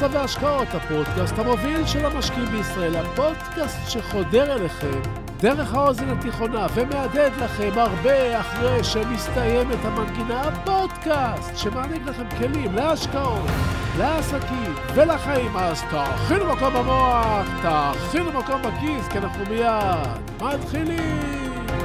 בורסה והשקעות, הפודקאסט המוביל של המשקיעים בישראל, הפודקאסט שחודר אליכם דרך האוזן התיכונה ומעדד לכם הרבה אחרי שמסתיימת המנגינה, הפודקאסט שמעניק לכם כלים להשקעות, לעסקים ולחיים. אז תאכינו מקום במוח, תאכינו מקום בכיס, כי אנחנו מיד מתחילים.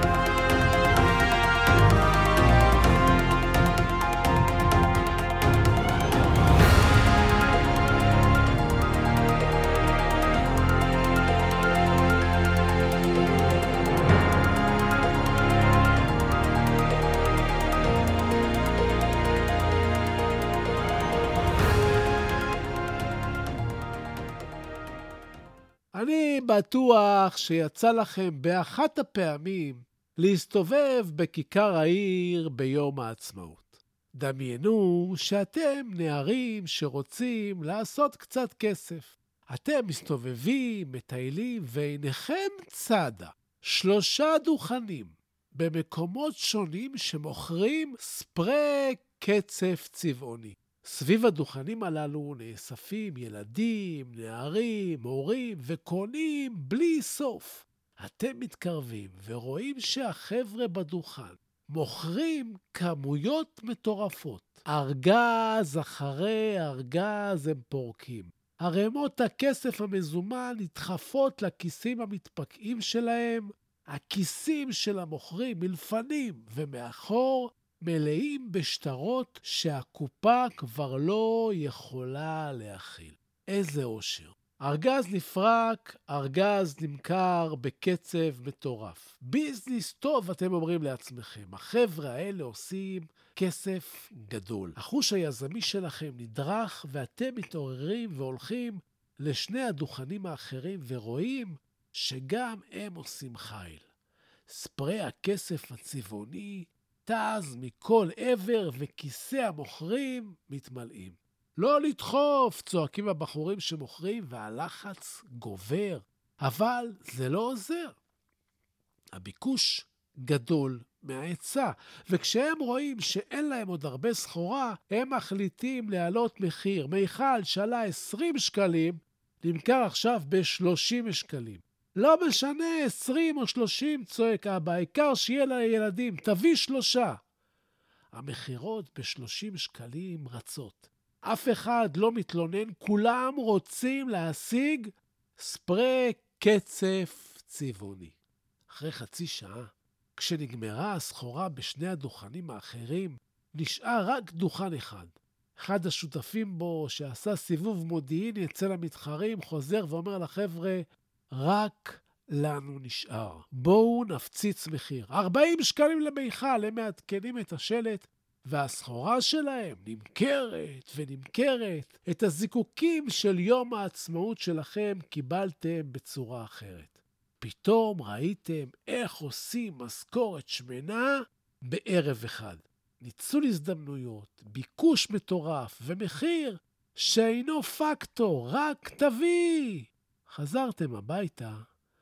אני בטוח שיצא לכם באחת הפעמים להסתובב בכיכר העיר ביום העצמאות. דמיינו שאתם נערים שרוצים לעשות קצת כסף. אתם מסתובבים, מטיילים, ועיניכם צדה 3 דוכנים במקומות שונים שמוכרים ספרי קצף צבעוני. סביב הדוכנים הללו נאספים ילדים, נערים, הורים וקונים בלי סוף. אתם מתקרבים ורואים שהחבר'ה בדוכן מוכרים כמויות מטורפות. ארגז אחרי ארגז הם פורקים. ערימות הכסף המזומן נדחפות לכיסים המתפקעים שלהם. הכיסים של המוכרים מלפנים ומאחור מלאים בשטרות שהקופה כבר לא יכולה להכיל. איזה אושר. ארגז נפרק, ארגז נמכר בקצב מטורף. ביזנס טוב, אתם אומרים לעצמכם. החבר'ה האלה עושים כסף גדול. החוש היזמי שלכם נדרך ואתם מתעוררים והולכים לשני הדוכנים האחרים ורואים שגם הם עושים חיל. ספרי הכסף הצבעוני תז מכל עבר וכיסי המוכרים מתמלאים. לא לדחוף, צועקים הבחורים שמוכרים והלחץ גובר. אבל זה לא עוזר. הביקוש גדול מההיצע, וכשהם רואים שאין להם עוד הרבה סחורה, הם מחליטים להעלות מחיר. מיכל שעלה 20 שקלים, נמכר עכשיו ב-30 שקלים. לא משנה 20 או 30, צועק אבא, העיקר שיהיה לילדים, תביא 3. המחירות ב-30 שקלים רצות. אף אחד לא מתלונן, כולם רוצים להשיג ספרי קצף צבעוני. אחרי חצי שעה, כשנגמרה הסחורה בשני הדוכנים האחרים, נשאר רק דוכן אחד. אחד השותפים בו שעשה סיבוב מודיעיני אצל המתחרים חוזר ואומר לחבר'ה, רק לנו נשאר. בואו נפציץ מחיר. 40 שקלים למיכל, הם מעדכנים את השלט, והסחורה שלהם נמכרת ונמכרת. את הזיקוקים של יום העצמאות שלכם קיבלתם בצורה אחרת. פתאום ראיתם איך עושים משכורת שמנה בערב אחד. ניצול הזדמנויות, ביקוש מטורף ומחיר שאינו פקטור, רק תביא. חזרתם הביתה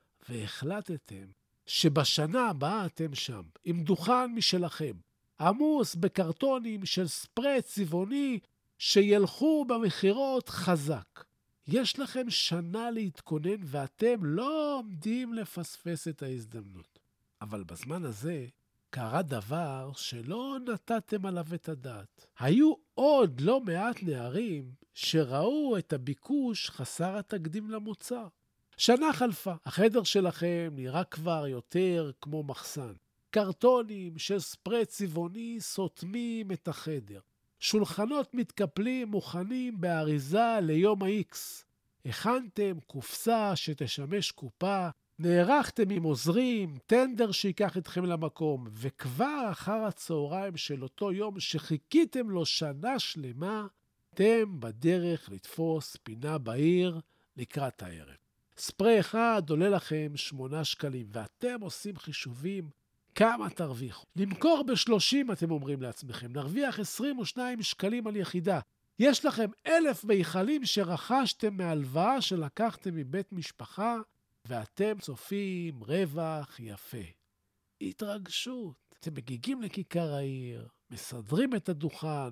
והחלטתם שבשנה הבאה אתם שם, עם דוכן משלכם, עמוס בקרטונים של ספרי צבעוני שילכו במחירות חזק. יש לכם שנה להתכונן ואתם לא עומדים לפספס את ההזדמנות. אבל בזמן הזה קרה דבר שלא נתתם עליו את הדעת. היו עוד לא מעט נערים שראו את הביקוש חסר התקדים למוצר. שנה חלפה, החדר שלכם נראה כבר יותר כמו מחסן. קרטונים של ספרי צבעוני סותמים את החדר. שולחנות מתקפלים מוכנים באריזה ליום ה-X. הכנתם קופסה שתשמש קופה, נערכתם עם עוזרים, טנדר שיקח אתכם למקום, וכבר אחר הצהריים של אותו יום שחיכיתם לו שנה שלמה, אתם בדרך לתפוס פינה בעיר לקראת הערב. ספרי אחד עולה לכם 8 שקלים, ואתם עושים חישובים כמה תרוויחו. למכור ב-30 אתם אומרים לעצמכם, נרוויח 22 שקלים על יחידה. יש לכם 1,000 מיכלים שרכשתם מהלוואה שלקחתם מבית משפחה, ואתם צופים רווח יפה. התרגשות. אתם מגיעים לכיכר העיר, מסדרים את הדוכן,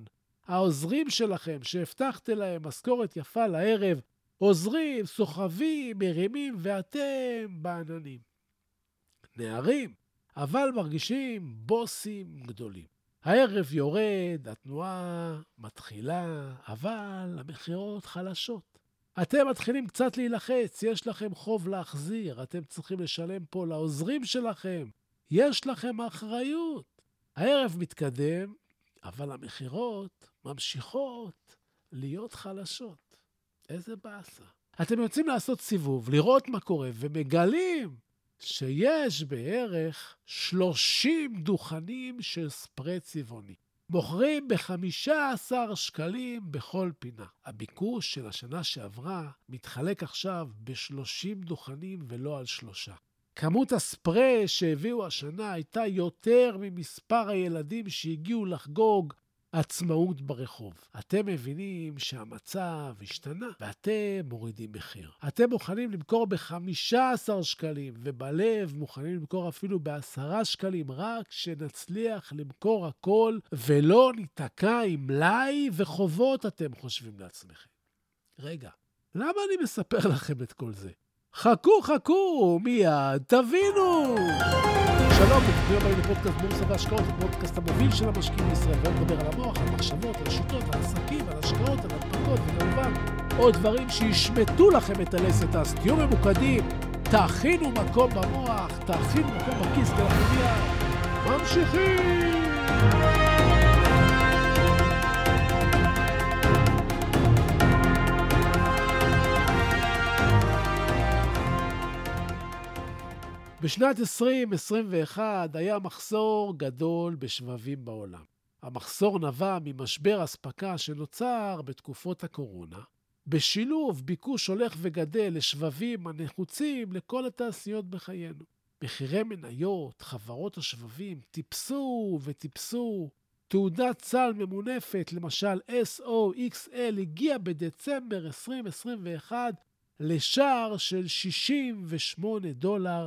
העוזרים שלכם שהבטחתם להם משכורת יפה לערב, עוזרים, סוחבים, מרימים, ואתם בעננים. נערים, אבל מרגישים בוסים גדולים. הערב יורד, התנועה מתחילה, אבל המחירות חלשות. אתם מתחילים קצת להילחץ, יש לכם חוב להחזיר, אתם צריכים לשלם פה לעוזרים שלכם, יש לכם אחריות. הערב מתקדם, אבל המחירות ממשיכות להיות חלשות. איזה באסה. אתם יוצאים לעשות סיבוב, לראות מה קורה, ומגלים שיש בערך 30 דוכנים של ספרי צבעוני. מוכרים ב-15 שקלים בכל פינה. הביקוש של השנה שעברה מתחלק עכשיו ב-30 דוכנים ולא על 3. כמות הספרי שהביאו השנה הייתה יותר ממספר הילדים שהגיעו לחגוג עצמאות ברחוב. אתם מבינים שהמצב השתנה, ואתם מורידים מחיר. אתם מוכנים למכור ב-15 שקלים, ובלב מוכנים למכור אפילו ב10 שקלים, רק שנצליח למכור הכל, ולא ניתקע עם מלאי וחובות, אתם חושבים לעצמכם. רגע, למה אני מספר לכם את כל זה? חכו, מיד, תבינו! שלום, ברוכים הבאים לפודקאסט בורסה והשקעות, הפודקאסט המוביל של המשקיעים בישראל, ונדבר על המוח, על מחשבות, על השיטות, על עסקים, על השקעות, על הנפקות, וכמובן עוד דברים שישמטו לכם את הלסת. אז תהיו ממוקדים, תכינו מקום במוח, תכינו מקום בכיס, כי אנחנו מיד ממשיכים! בשנת 2021 היה מחסור גדול בשבבים בעולם. המחסור נבע ממשבר אספקה שנוצר בתקופות הקורונה, בשילוב ביקוש הולך וגדל לשבבים הנחוצים לכל התעשיות בחיינו. מחירי מניות, חברות השבבים, טיפסו. תעודת סל ממונפת, למשל SOXL, הגיע בדצמבר 2021 לשער של $68,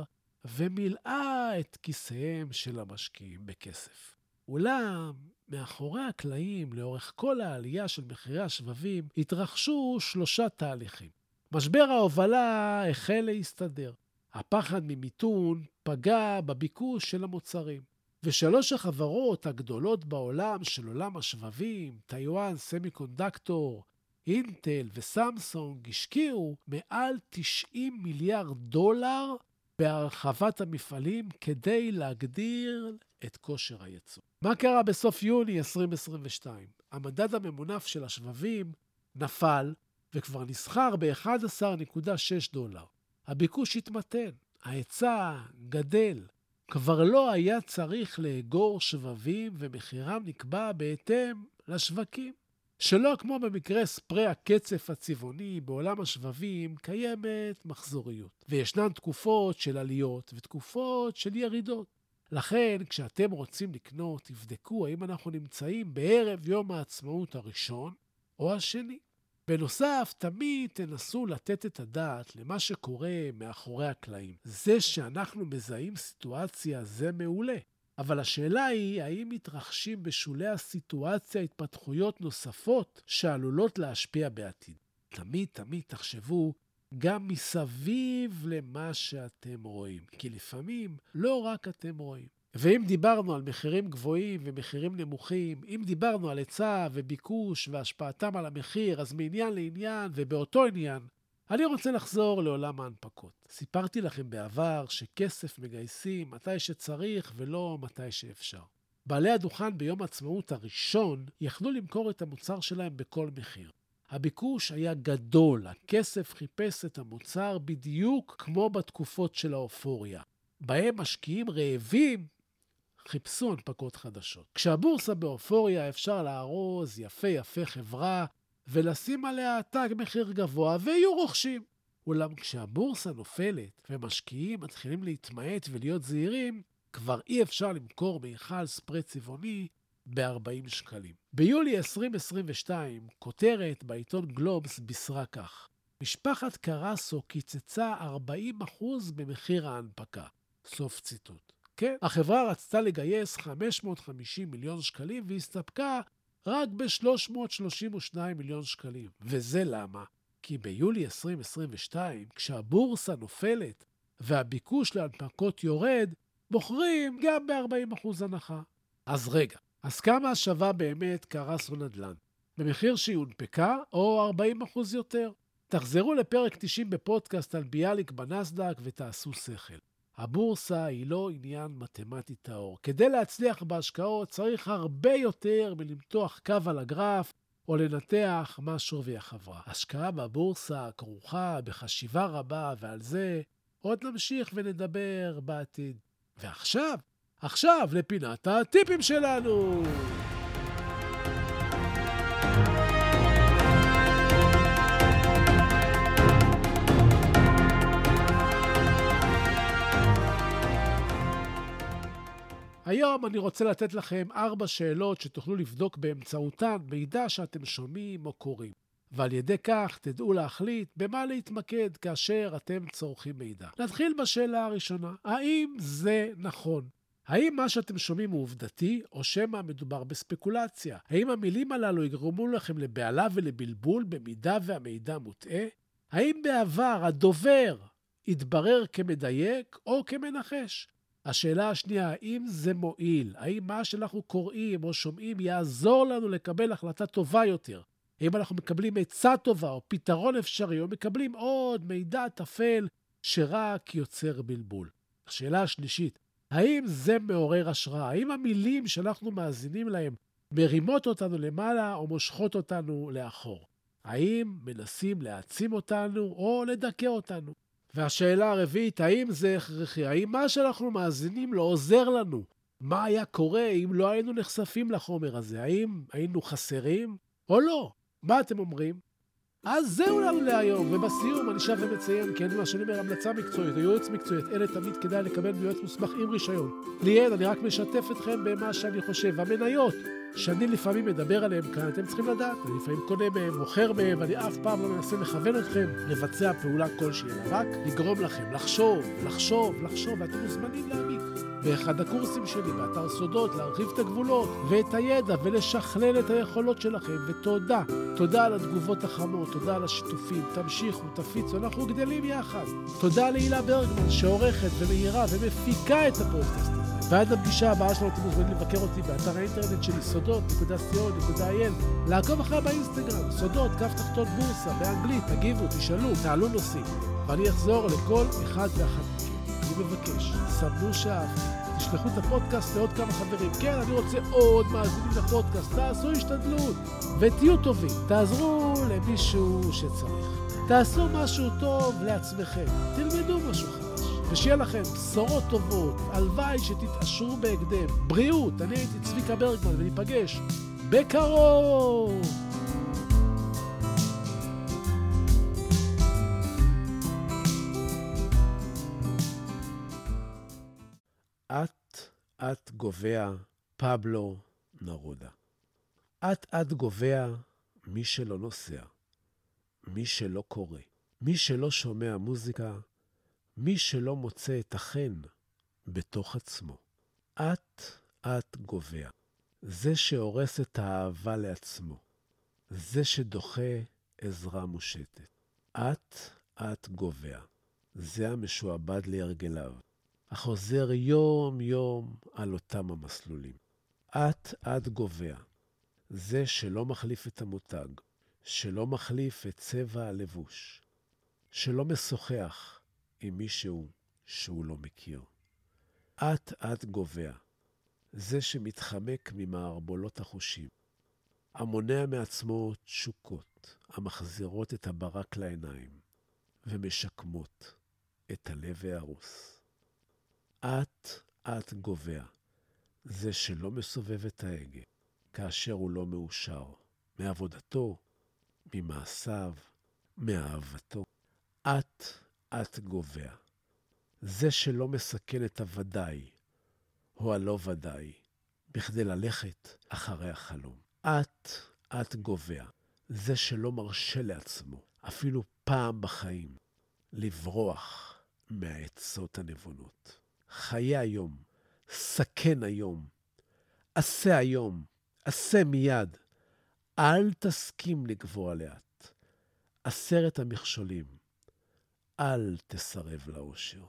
ומילאה את כיסיהם של המשקיעים בכסף. אולם, מאחורי הקלעים, לאורך כל העלייה של מחירי השבבים, התרחשו 3 תהליכים. משבר ההובלה החל להסתדר. הפחד ממיתון פגע בביקוש של המוצרים. ו3 החברות הגדולות בעולם של עולם השבבים, טיואן סמיקונדקטור, אינטל וסמסונג, השקיעו מעל $90 מיליארד בהרחבת המפעלים כדי להגדיר את כושר הייצור. מה קרה בסוף יוני 2022? המדד הממונף של השבבים נפל וכבר נסחר $11.6. הביקוש התמתן, ההיצע גדל. כבר לא היה צריך לאגור שבבים ומחירם נקבע בהתאם לשווקים. שלא כמו במקרה ספרי הקצף הצבעוני, בעולם השבבים קיימת מחזוריות. וישנן תקופות של עליות ותקופות של ירידות. לכן, כשאתם רוצים לקנות, תבדקו האם אנחנו נמצאים בערב יום העצמאות הראשון או השני. בנוסף, תמיד תנסו לתת את הדעת למה שקורה מאחורי הקלעים. זה שאנחנו מזהים סיטואציה זה מעולה. אבל השאלה היא, האם מתרחשים בשולי הסיטואציה התפתחויות נוספות שעלולות להשפיע בעתיד? תמיד תחשבו גם מסביב למה שאתם רואים, כי לפעמים לא רק אתם רואים. ואם דיברנו על מחירים גבוהים ומחירים נמוכים, אם דיברנו על היצע וביקוש והשפעתם על המחיר, אז מעניין לעניין ובאותו עניין, אני רוצה לחזור לעולם ההנפקות. סיפרתי לכם בעבר שכסף מגייסים מתי שצריך ולא מתי שאפשר. בעלי הדוכן ביום העצמאות הראשון יכלו למכור את המוצר שלהם בכל מחיר. הביקוש היה גדול, הכסף חיפש את המוצר בדיוק כמו בתקופות של האופוריה. בהם משקיעים רעבים חיפשו הנפקות חדשות. כשהבורסה באופוריה אפשר לארוז יפה חברה, ולשים עליה תג מחיר גבוה ויהיו רוכשים. אולם כשהבורסה נופלת ומשקיעים מתחילים להתמעט ולהיות זהירים, כבר אי אפשר למכור מיכל ספרי צבעוני ב-40 שקלים. ביולי 2022, כותרת בעיתון גלובס בישרה כך: משפחת קרסו קיצצה 40% במחיר ההנפקה. סוף ציטוט. כן, החברה רצתה לגייס $550 מיליון והסתפקה רק ב-332 מיליון שקלים. וזה למה? כי ביולי 2022, כשהבורסה נופלת והביקוש להנפקות יורד, בוחרים גם ב-40% הנחה. אז רגע, אז כמה שווה באמת קרס או נדל"ן? במחיר שהיא הונפקה או 40% יותר? תחזרו לפרק 90 בפודקאסט על ביאליק בנסדק ותעשו שכל. הבורסה היא לא עניין מתמטי טהור. כדי להצליח בהשקעות צריך הרבה יותר מלמתוח קו על הגרף או לנתח מה שווי החברה. השקעה בבורסה כרוכה בחשיבה רבה, ועל זה עוד נמשיך ונדבר בעתיד. ועכשיו לפינת הטיפים שלנו. היום אני רוצה לתת לכם 4 שאלות שתוכלו לבדוק באמצעותן מידע שאתם שומעים או קוראים. ועל ידי כך תדעו להחליט במה להתמקד כאשר אתם צורכים מידע. נתחיל בשאלה הראשונה. האם זה נכון? האם מה שאתם שומעים הוא עובדתי או שמא מדובר בספקולציה? האם המילים הללו יגרמו לכם לבעלה ולבלבול במידה והמידע מוטעה? האם בעבר הדובר יתברר כמדייק או כמנחש? השאלה השנייה, האם זה מועיל? האם מה שאנחנו קוראים או שומעים יעזור לנו לקבל החלטה טובה יותר? האם אנחנו מקבלים עצה טובה או פתרון אפשרי, או מקבלים עוד מידע טפל שרק יוצר בלבול? השאלה השלישית, האם זה מעורר השראה? האם המילים שאנחנו מאזינים להם מרימות אותנו למעלה או מושכות אותנו לאחור? האם מנסים להעצים אותנו או לדכא אותנו? והשאלה הרביעית, האם זה הכרחי? האם מה שאנחנו מאזינים לו עוזר לנו? מה היה קורה אם לא היינו נחשפים לחומר הזה? האם היינו חסרים או לא? מה אתם אומרים? אז זהו לנו להיום, ובסיום אני שב ומציין, כי אין מה שאני אומר, המלצה מקצועית או ייעוץ מקצועית, אלה תמיד כדאי לקבל מיועץ מוסמך עם רישיון. ליאל, אני רק משתף אתכם במה שאני חושב. המניות שאני לפעמים מדבר עליהם כאן, אתם צריכים לדעת, אני לפעמים קונה מהם, מוכר מהם, ואני אף פעם לא מנסה לכוון אתכם לבצע פעולה כלשהי, אלא רק לגרום לכם לחשוב, ואתם מוזמנים להעמיק. באחד הקורסים שלי, באתר סודות, להרחיב את הגבולות ואת הידע ולשכלל את היכולות שלכם. תודה על התגובות החמות, תודה על השיתופים, תמשיכו, תפיצו, אנחנו גדלים יחד. תודה להילה ברגמן שעורכת ומהירה ומפיקה את הפודקאסט הזה. ועד הפגישה הבאה שלנו אתם מוזמנים לבקר אותי באתר האינטרנט שלי סודות.co.il, לעקוב אחרי באינסטגרם, סודות_בורסה, באנגלית, תגיבו, תשאלו, תעלו נושאים, ואני אחזור לכל אחד ואחת מכם. אני מבקש, סמנו שאהבתי, תשלחו את הפודקאסט לעוד כמה חברים. כן, אני רוצה עוד מאזינים לפודקאסט, תעשו השתדלות ותהיו טובים, תעזרו למישהו שצריך, תעשו משהו טוב לעצמכם, תלמדו משהו חדש, ושיהיה לכם בשורות טובות, הלוואי שתתעשרו בהקדם, בריאות. אני הייתי צביקה ברגמן וניפגש בקרוב. את גובע, פבלו נרודה. את גובע מי שלא נוסע, מי שלא קורא, מי שלא שומע מוזיקה, מי שלא מוצא את החן בתוך עצמו. את גובע. זה שהורס את האהבה לעצמו. זה שדוחה עזרה מושטת. את גובע. זה המשועבד להרגליו. החוזר יום יום על אותם המסלולים. את גובע. זה שלא מחליף את המותג, שלא מחליף את צבע הלבוש, שלא משוחח עם מישהו שהוא לא מכיר. את גובע. זה שמתחמק ממערבולות החושים, המונע מעצמו תשוקות, המחזירות את הברק לעיניים, ומשקמות את הלב ההרוס. את גובע. זה שלא מסובב את ההגה, כאשר הוא לא מאושר, מעבודתו, ממעשיו, מאהבתו. את גובע. זה שלא מסכן את הוודאי, או הלא ודאי, בכדי ללכת אחרי החלום. את גובע. זה שלא מרשה לעצמו, אפילו פעם בחיים, לברוח מהעצות הנבונות. חיה היום, סכן היום, עשה היום, עשה מיד, אל תסכים לגבוה לאט. 10 המכשולים. אל תסרב לאושר.